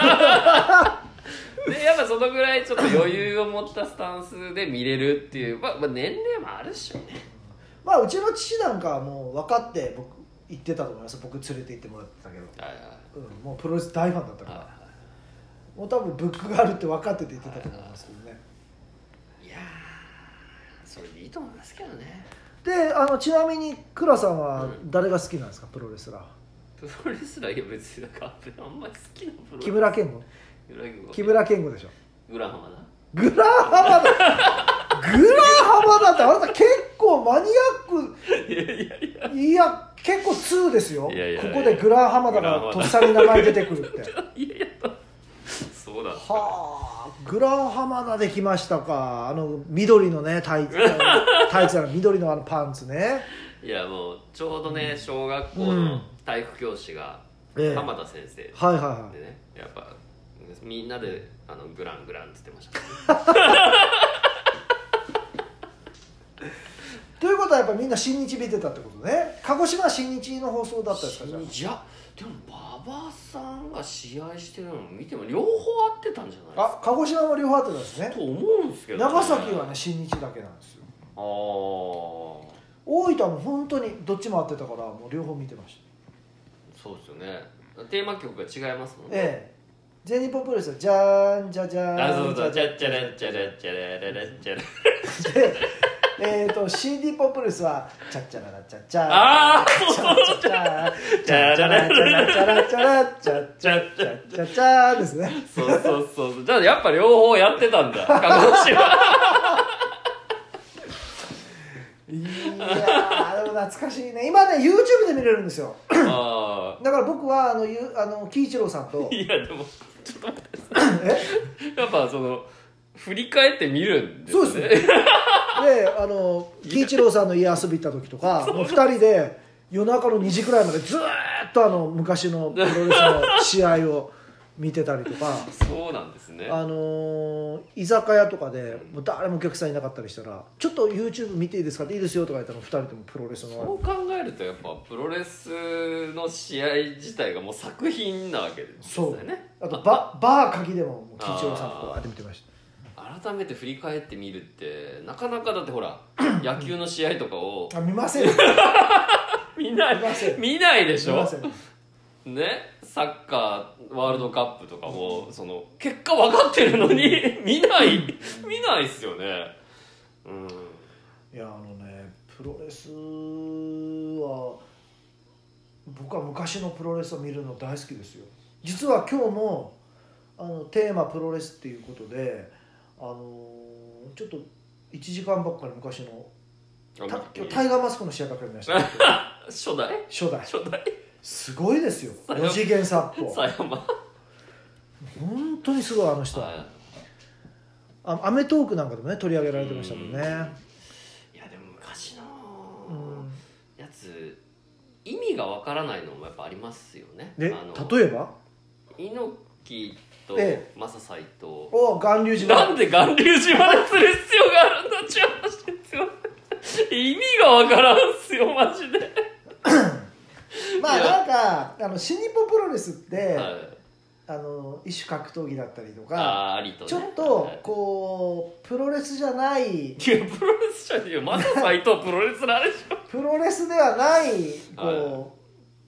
Speaker 1: ない
Speaker 2: でやっぱそのぐらいちょっと余裕を持ったスタンスで見れるっていう、まあ、まあ年齢もあるしね。
Speaker 1: まあうちの父なんかはもう分かって僕行ってたと思います。僕連れて行ってもらってたけど、はいはいうん、もうプロレス大ファンだったから、はいはい、もう多分ブックがあるって分かってて言ってたと思いますけどね、はいはい、
Speaker 2: いやそれでいいと思いますけどね。
Speaker 1: であのちなみに倉さんは誰が好きなんですか、うん、プロレスラー。
Speaker 2: プロレスラーいや別になんかあんまり好きなプロレス
Speaker 1: 木村健吾木村健吾でしょ。
Speaker 2: グランハマだ
Speaker 1: グランハマだグランハマだってあなた結構マニアック。いやいやいやいや結構ツーですよ。いやいやいやここでグランハマだがとっさに名前出てくるって
Speaker 2: いやいやそうだった
Speaker 1: はあグランハマダできましたか。あの緑のねタイツタイツの緑のあのパンツね。
Speaker 2: いやもうちょうどね小学校の体育教師が浜田先生でね、
Speaker 1: はいはいはい
Speaker 2: やっぱみんなであのグラングランって言ってました、ね、
Speaker 1: ということはやっぱみんな新日見てたってことね。鹿児島は新日の放送だったですか。じゃあ
Speaker 2: いやでも馬場さんが試合してるの見ても両方合ってたんじゃないですか。
Speaker 1: あ鹿児島も両方合ってたんですね
Speaker 2: と思うんですけど、ね、
Speaker 1: 長崎はね新日だけなんですよ。あ大分も本当にどっちも合ってたからもう両方見てました。
Speaker 2: そうですよね。テーマ曲が違いますもんね。
Speaker 1: ええ全日本プロレスはじゃーんじゃじゃーん
Speaker 2: あそうそうじゃっちゃらっちゃらっちゃらららっちゃら
Speaker 1: でえっと シーディー ポップレスはチャッチャララチャッチャ
Speaker 2: あー
Speaker 1: チャッチャチャチャチャチャラチャラチャラチャラチャチャチャチャチャですね。
Speaker 2: そうそうそう。じゃあやっぱ両方やってたんだ鹿児島。
Speaker 1: いやーでも懐かしいね。今ね YouTube で見れるんですよ。
Speaker 2: あ
Speaker 1: だから僕はあのゆあの喜一郎さんと
Speaker 2: いやでもちょっと待ってえやっぱその振り返って見るんですね。
Speaker 1: そうですね。であの喜一郎さんの家遊び行った時とかもうふたりで夜中のにじくらいまでずーっとあの昔のプロレスの試合を見てたりとか
Speaker 2: そうなんですね。
Speaker 1: あのー居酒屋とかでもう誰もお客さんいなかったりしたらちょっと YouTube 見ていいですかっていいですよとか言ったらふたりともプロレスの
Speaker 2: そう考えるとやっぱプロレスの試合自体がもう作品なわけですよね。
Speaker 1: あとババー鍵でももう喜一郎さんとこうやって見てました。
Speaker 2: 改めて振り返ってみるってなかなかだってほら野球の試合とかを
Speaker 1: あ見ません
Speaker 2: 見ない
Speaker 1: 見ません
Speaker 2: 見ないでしょ。
Speaker 1: 見ません
Speaker 2: ね、サッカーワールドカップとかもその結果分かってるのに見ない見ないっすよね。うん、
Speaker 1: いやあのねプロレスは僕は昔のプロレスを見るの大好きですよ。実は今日もあのテーマプロレスっていうことであのちょっといちじかんばっかり昔のたタイガーマスクの試合ばっかり見ました
Speaker 2: 初代
Speaker 1: 初代
Speaker 2: 初代
Speaker 1: すごいですよ。四次元殺法
Speaker 2: 狭山
Speaker 1: 本当にすごいあの人は。あアメトークなんかでもね取り上げられてましたもんね。いや
Speaker 2: でも昔のやつ意味がわからないのもやっぱありますよね。
Speaker 1: で
Speaker 2: あの
Speaker 1: 例えば
Speaker 2: 猪木と
Speaker 1: ええ
Speaker 2: マササイと
Speaker 1: お巌流島
Speaker 2: なんで巌流島でする必要があるんだって話ですよ。意味がわからんすよマジで。
Speaker 1: まあなんかあの新日本プロレスって、
Speaker 2: はい、
Speaker 1: あの一種格闘技だったりとか
Speaker 2: あありと、ね、
Speaker 1: ちょっとこうプロレスじゃない
Speaker 2: いやプロレスじゃねえよマササイとプロレスラーでしょ。
Speaker 1: プロレスではないこう、
Speaker 2: はい、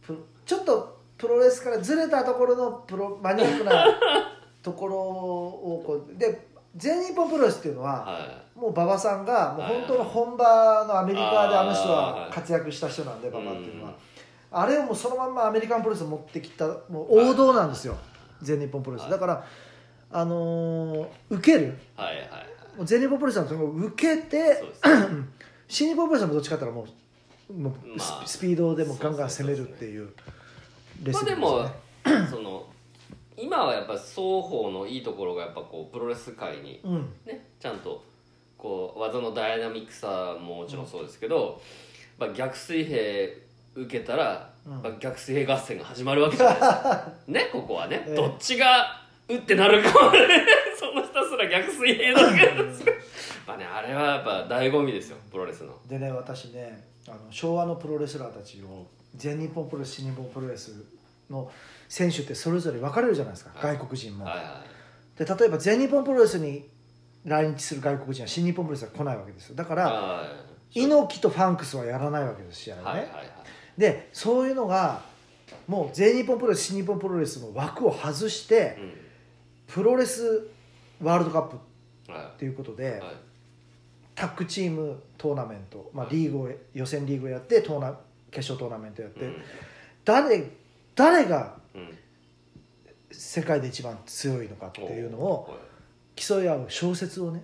Speaker 1: プちょっとプロレスからずれたところのプロマニアックなところをこうで全日本プロレスっていうのは、はい、もう馬場さんがもう本当の本場のアメリカであの人は活躍した人なんで、馬場っていうのはあれをもうそのまんまアメリカンプロレス持ってきたもう王道なんですよ、はい、全日本プロレス、はい、だからあのー、受ける、はいはいはい、もう全日本プロレスのところを受けて新日本プロレスもどっちかって言ったらもう、もうまあ、スピードでもガンガン攻めるっていうレスリングですね。
Speaker 2: まあでもその今はやっぱ双方のいいところがやっぱこうプロレス界に、ね、うん、ちゃんとこう技のダイナミックさももちろんそうですけど、うん、まあ、逆水平受けたら、うん、まあ、逆水平合戦が始まるわけじゃないですかね、ここはね、えー、どっちが打ってなるかはねそのひたすら逆水平だけなんですよまあね、あれはやっぱ醍醐味ですよプロレスの。で
Speaker 1: ね、私ねあの昭和のプロレスラーたちを全日本プロレス新日本プロレスの選手ってそれぞれ分かれるじゃないですか、はい、外国人も、はいはい、で例えば全日本プロレスに来日する外国人は新日本プロレスは来ないわけですよ。だから猪木とファンクスはやらないわけです試合ね、はいはいはい、でそういうのがもう全日本プロレス新日本プロレスの枠を外して、うん、プロレスワールドカップっていうことで、はいはい、タッグチームトーナメント、まあ、リーグを予選リーグをやってトーナ決勝トーナメントやって、うん、誰誰が世界で一番強いのかっていうのを競い合う小説をね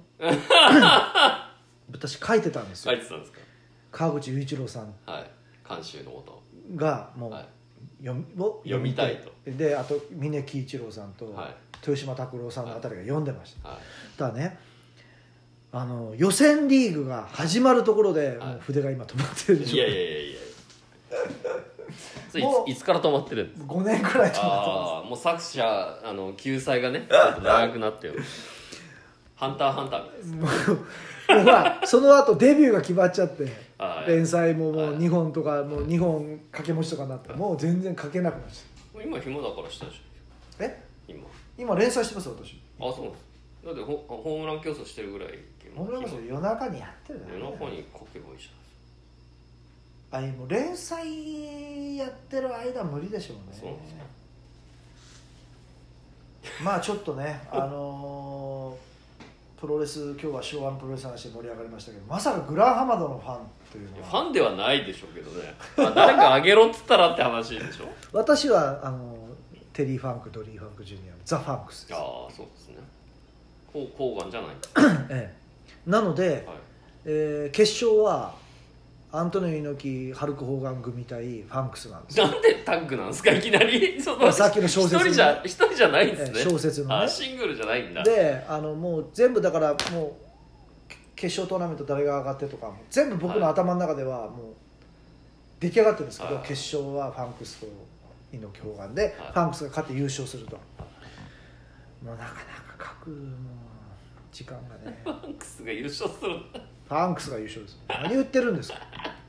Speaker 1: 私書いてたんですよ。
Speaker 2: 書いてたんですか。
Speaker 1: 川口雄一郎さん、
Speaker 2: はい、監修のもと
Speaker 1: がもう、はい、読みを
Speaker 2: 読みたいと。
Speaker 1: であと峰木一郎さんと、はい、豊島拓郎さんのあたりが読んでました、はい、だからねあの予選リーグが始まるところで、はい、もう筆が今止まってるでしょ。
Speaker 2: いやいやいやいやそれいつ、いつから止まってるんですか。
Speaker 1: ごねんくらい止まってます。
Speaker 2: あもう作者あの救済がねちょっと長くなってるハンターハンターみたいですもう
Speaker 1: もうほらその後デビューが決まっちゃって連載ももうにほんとかもうにほん掛け持ちとかになってもう全然書けなくなっちゃ
Speaker 2: う。今暇だからしたでしょ。
Speaker 1: え
Speaker 2: 今
Speaker 1: 今連載してます私。
Speaker 2: あそうなんです。だって ホ, ホームラン競争してるぐらい。
Speaker 1: ホームラン競争夜中にやってる、ね、
Speaker 2: 夜中に書けばいいじゃないですか。
Speaker 1: あもう連載やってる間無理でしょうね。
Speaker 2: そうなんですか。
Speaker 1: まあちょっとねあのー、 プロレス今日は昭和のプロレスの話で盛り上がりましたけど、まさかグランハマドのファンというのは
Speaker 2: ファンではないでしょうけどね、まあ、誰かあげろっつったらって話でしょ
Speaker 1: 私はあのテリー・ファンク、ドリー・ファンク・ジュニアのザ・ファンクスです。
Speaker 2: ああそうですね、コーガンじゃない
Speaker 1: ええ、なので、はい、えー、決勝はアントニオ猪木、ハルク・ホーガン組対ファンクスなんですよ。
Speaker 2: なんでタッグなんですかいきなりその
Speaker 1: さっきの小説の
Speaker 2: 一人じゃ一人じゃないんですね、
Speaker 1: 小説のね、
Speaker 2: シングルじゃないんだ。
Speaker 1: であのもう全部だからもう決勝トーナメント誰が上がってとかも全部僕の頭の中ではもう出来上がってるんですけど、はい、決勝はファンクスと猪木・ホーガンで、はい、ファンクスが勝って優勝すると、はい、もうなかなか書くもう時間がね
Speaker 2: ファンクスが優勝するんだ。
Speaker 1: ファンクスが優勝です。何言ってるんですか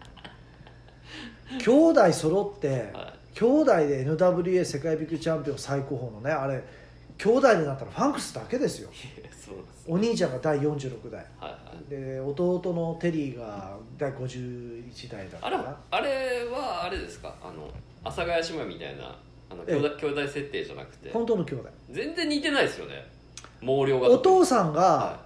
Speaker 1: 兄弟揃って、はい、兄弟で エヌダブリューエー 世界ビッグチャンピオン最高峰のね、あれ兄弟になったらファンクスだけですよ。
Speaker 2: そうです、
Speaker 1: お兄ちゃんがだいよんじゅうろくだい、
Speaker 2: はいはい、
Speaker 1: で弟のテリーがだいごじゅういちだいだから。
Speaker 2: あれ、あれはあれですか、あの阿佐ヶ谷姉妹みたいなあの兄弟、兄弟設定じゃなくて
Speaker 1: 本当の兄弟
Speaker 2: 全然似てないですよね。毛量が
Speaker 1: お父さんが、はい、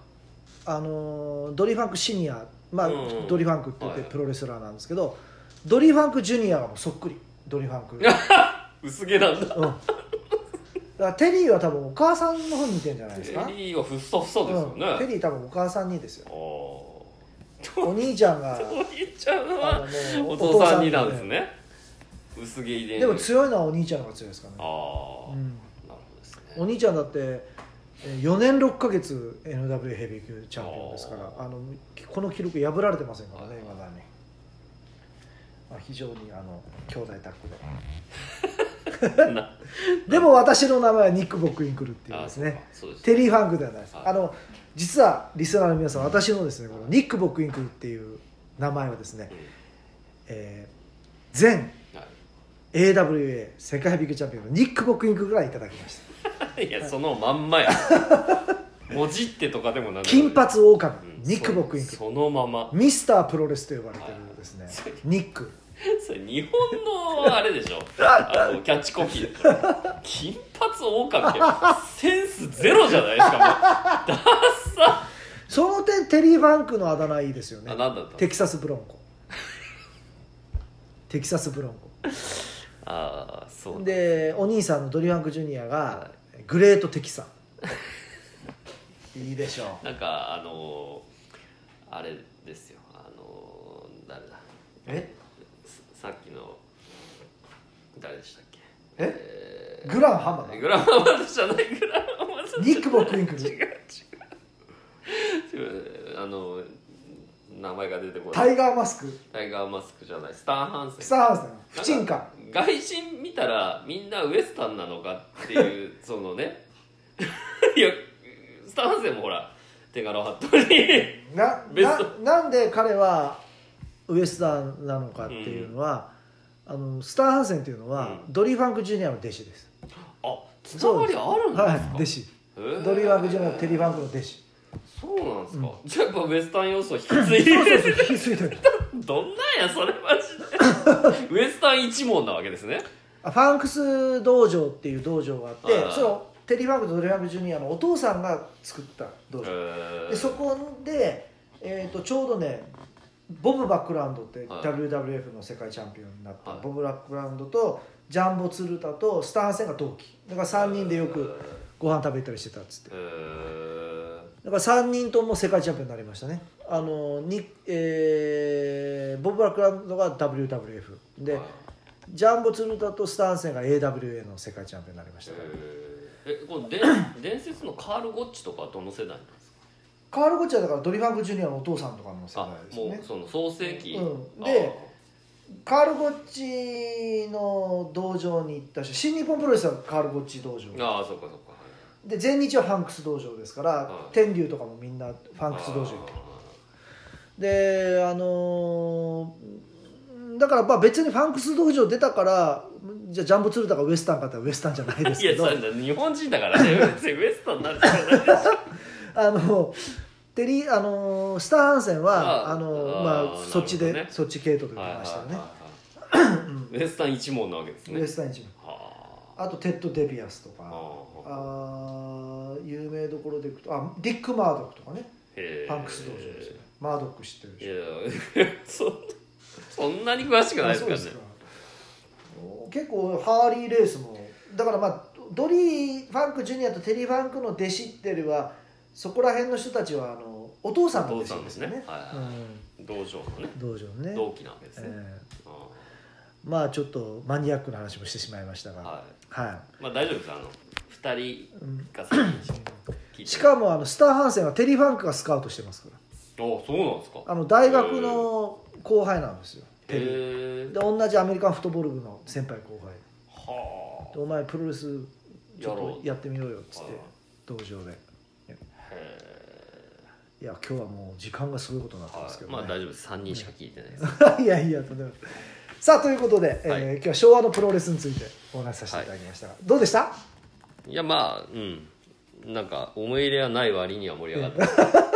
Speaker 1: あのドリー・ファンクシニア、まあうんうん、ドリー・ファンクって言ってプロレスラーなんですけど、はい、ドリー・ファンクジュニアはもうそっくり。ドリー・ファンク
Speaker 2: 薄毛なんだ、うん、だ
Speaker 1: からテリーは多分お母さんの方に似てるんじゃないですか。
Speaker 2: テリーはふっさふさですよね、
Speaker 1: うん、テリー多分お母さんにですよ。お兄ちゃんが
Speaker 2: お兄ちゃんはお父さんになんですね。薄毛遺伝
Speaker 1: でも強いのはお兄ちゃんの方が強いですからね。
Speaker 2: ああ、うん、なるほどですね。
Speaker 1: お兄ちゃんだってよねんろっかげつ エヌダブリュー ヘビー級チャンピオンですから、あのこの記録破られてませんからね、まだに。まあ、非常にあの兄弟タッグででも私の名前はニック・ボックインクルっていうですね、そうです、テリー・ファンクではないです。あの実はリスナーの皆さん、私のですね、このニック・ボックインクルっていう名前はですね、うん、えー、前、はい、エーダブリューエー 世界ヘビー級チャンピオンのニック・ボックインクルからいただきました。
Speaker 2: いや、そのまんまや文字ってとかでもなんだろう、
Speaker 1: 金髪オオカミ、ニック・ボックインクル、
Speaker 2: そのまま
Speaker 1: ミスタープロレスと呼ばれてるですね、はい、ニック。
Speaker 2: それ日本のあれでしょあのキャッチコピーでしょ金髪オオカミってセンスゼロじゃないですか。もうダッサ。
Speaker 1: その点テリー・ファンクのあだ名いいですよね。
Speaker 2: あ、なんだった？
Speaker 1: テキサスブロンコテキサスブロンコ。
Speaker 2: ああ、そう
Speaker 1: でお兄さんのドリー・ファンクジュニアがグレートテキサンいいでしょう。
Speaker 2: なんかあのー、あれですよ、あのー、誰だ
Speaker 1: え
Speaker 2: さっきの誰でしたっけ。
Speaker 1: え、えー、グランハマダ。
Speaker 2: グランハマダじゃない、グランハマダ。
Speaker 1: ニック・ボックインクル。
Speaker 2: 違う違う違う、あの名前が出てこない。
Speaker 1: タイガーマスク。
Speaker 2: タイガーマスクじゃない、スターハンセン。
Speaker 1: スターハンセン不沈感。
Speaker 2: 外人見たらみんなウエスタンなのかっていうそのねいやスターハンセンもほら手柄を張ったのに
Speaker 1: なななんで彼はウエスタンなのかっていうのは、うん、あのスターハンセンっていうのは、うん、ドリー・ファンク・ジュニアの弟子です。
Speaker 2: あ、つながりあるんですか。
Speaker 1: はい、弟子。ドリー・ファンク・ジュニアのテリー・ファンクの弟子。
Speaker 2: そうなんですか、うん、じゃあやっぱウエスタン要素引き継いで
Speaker 1: そうそうそう引き継いでる
Speaker 2: どんなんやそれマジでウエスタン一門なわけですね。
Speaker 1: ファンクス道場っていう道場があって、そのテリー・ファンクとドリー・ファンク・ジュニアのお父さんが作った道場で、そこで、えー、とちょうどねボブ・バックランドって ダブリューダブリューエフ の世界チャンピオンになった、はい、ボブ・バックランドとジャンボ・鶴田とスターハンセンが同期だからさんにんでよくご飯食べたりしてたっつって、だからさんにんとも世界チャンピオンになりましたね。あのに、えー、ボブ・バックランドが ダブリューダブリューエフ で、はい、ジャンボ・鶴田とスターハンセンが エーダブリューエー の世界チャンピオンになりましたから、
Speaker 2: えこので伝説のカール・ゴッチとかはどの世代なんですか。
Speaker 1: カール・ゴッチはだからドリー・ファンク・ジュニアのお父さんとかの世代ですね。
Speaker 2: もうその創世期、
Speaker 1: うん、でカール・ゴッチの道場に行ったし、新日本プロレスはカール・ゴッチ道場、
Speaker 2: ああそうかそうか、
Speaker 1: で全日はファンクス道場ですから、はい、天竜とかもみんなファンクス道場で、あのー、だからまあ別にファンクス道場出たからじゃあジャンボ鶴田がウエスタンかってウエスタンじゃないですけど
Speaker 2: いや日本人だからね別にウエスタンになるじゃないですか
Speaker 1: あのテリーあのスターハンセンはあのまあそっちで、ね、そっち系統で出ましたよね。
Speaker 2: ウエスタン一門なわけですね。
Speaker 1: ウエスタン一門。あとテッド・デビアスとか、あ有名どころでいくとあディック・マードックとかね
Speaker 2: へ
Speaker 1: パンクス道場ですねマードック知ってるで
Speaker 2: しょいやそ, そんなに詳しくないですからね
Speaker 1: 結構ハーリーレースもだからまあドリー・ファンク・ジュニアとテリー・ファンクの弟子っていうよりはそこら辺の人たちはあのお父さんの弟子ですね、ねはいはい
Speaker 2: うん、道場のね
Speaker 1: 道場ね
Speaker 2: 同期なわけですね、えー、
Speaker 1: あまあちょっとマニアックな話もしてしまいましたが、はいはい、
Speaker 2: まあ大丈夫ですあのふたりかさんにんしか聞いて
Speaker 1: しかもあのスター・ハンセンはテリー・ファンクがスカウトしてますから
Speaker 2: あそうなんですか
Speaker 1: あの大学の後輩なんですよテリーで同じアメリカンフットボール部の先輩後輩はあでお前プロレスちょっとやってみようよっつって道場でへいや今日はもう時間がすごいことになってますけど、ね、
Speaker 2: まあ大丈夫ですさんにんしか聞いてないです
Speaker 1: いやいやとんでもないさあということで、はいえー、今日は昭和のプロレスについてお話しさせていただきましたが、はい、どうでした？
Speaker 2: いやまあうんなんか思い入れはない割には盛り上がった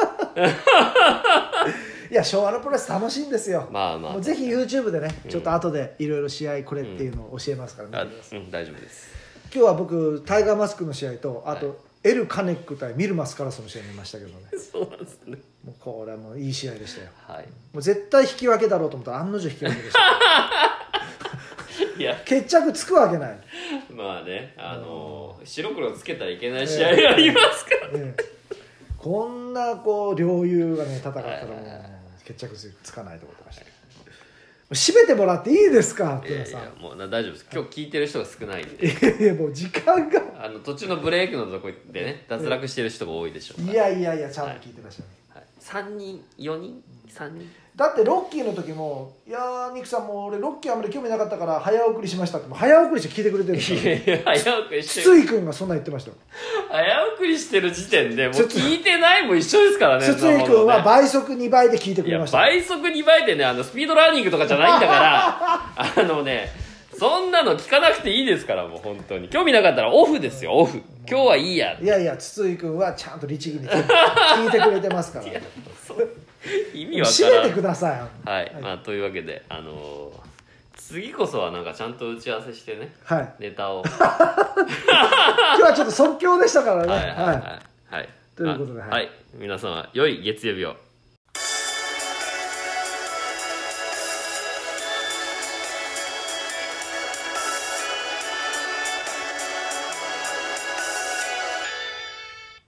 Speaker 1: いや昭和のプロレス楽しいんですよ。
Speaker 2: まあまあ
Speaker 1: もうぜひ YouTube でね、うん、ちょっと後でいろいろ試合これっていうのを教えますから、
Speaker 2: ねうんうん、大丈夫です。
Speaker 1: 今日は僕タイガーマスクの試合とあと、はい、エル・カネック対ミルマスカラスの試合見ましたけどね
Speaker 2: そうなんですね
Speaker 1: もうこれはもういい試合でしたよ、
Speaker 2: はい、
Speaker 1: もう絶対引き分けだろうと思ったら案の定引き分けでしたいや決着つくわけない
Speaker 2: まあねあのー、白黒つけたらいけない試合がありますからね、ね
Speaker 1: こんなこう両雄がね戦ったらもう決着つかないと思ってました、はい締めてもらっていいですかってさん。いやいや
Speaker 2: もう大丈夫です今日聞いてる人が少ないんで
Speaker 1: いやいやもう時間が
Speaker 2: あの途中のブレイクのとこでね脱落してる人が多いでしょうから
Speaker 1: いやいやいやちゃんと聞いてらっしゃる、
Speaker 2: はいはい、さんにんよにんさんにん
Speaker 1: だってロッキーの時もいやーニクさんも俺ロッキーあんまり興味なかったから早送りしましたっても早送りして聞いてくれてるんですよ、ね、
Speaker 2: いやいや早送りして
Speaker 1: 筒井君がそんな言ってましたよ
Speaker 2: 早送りしてる時点でもう聞いてないも一緒ですからね
Speaker 1: 筒井君は倍速にばいで聞いてくれました、
Speaker 2: ね、いや倍速にばいでねあのスピードラーニングとかじゃないんだからあのねそんなの聞かなくていいですからもう本当に興味なかったらオフですよオフ今日はいいや
Speaker 1: いやいや筒井君はちゃんと律儀に聞いてくれてますから
Speaker 2: 意味わからん
Speaker 1: 締めてください
Speaker 2: はい、はいまあ、というわけであのー、次こそはなんかちゃんと打ち合わせしてね、
Speaker 1: はい、
Speaker 2: ネタを
Speaker 1: 今日はちょっと即興でしたからね
Speaker 2: はいはいはい、はい、
Speaker 1: ということで、
Speaker 2: はい、はい、皆様良い月曜日を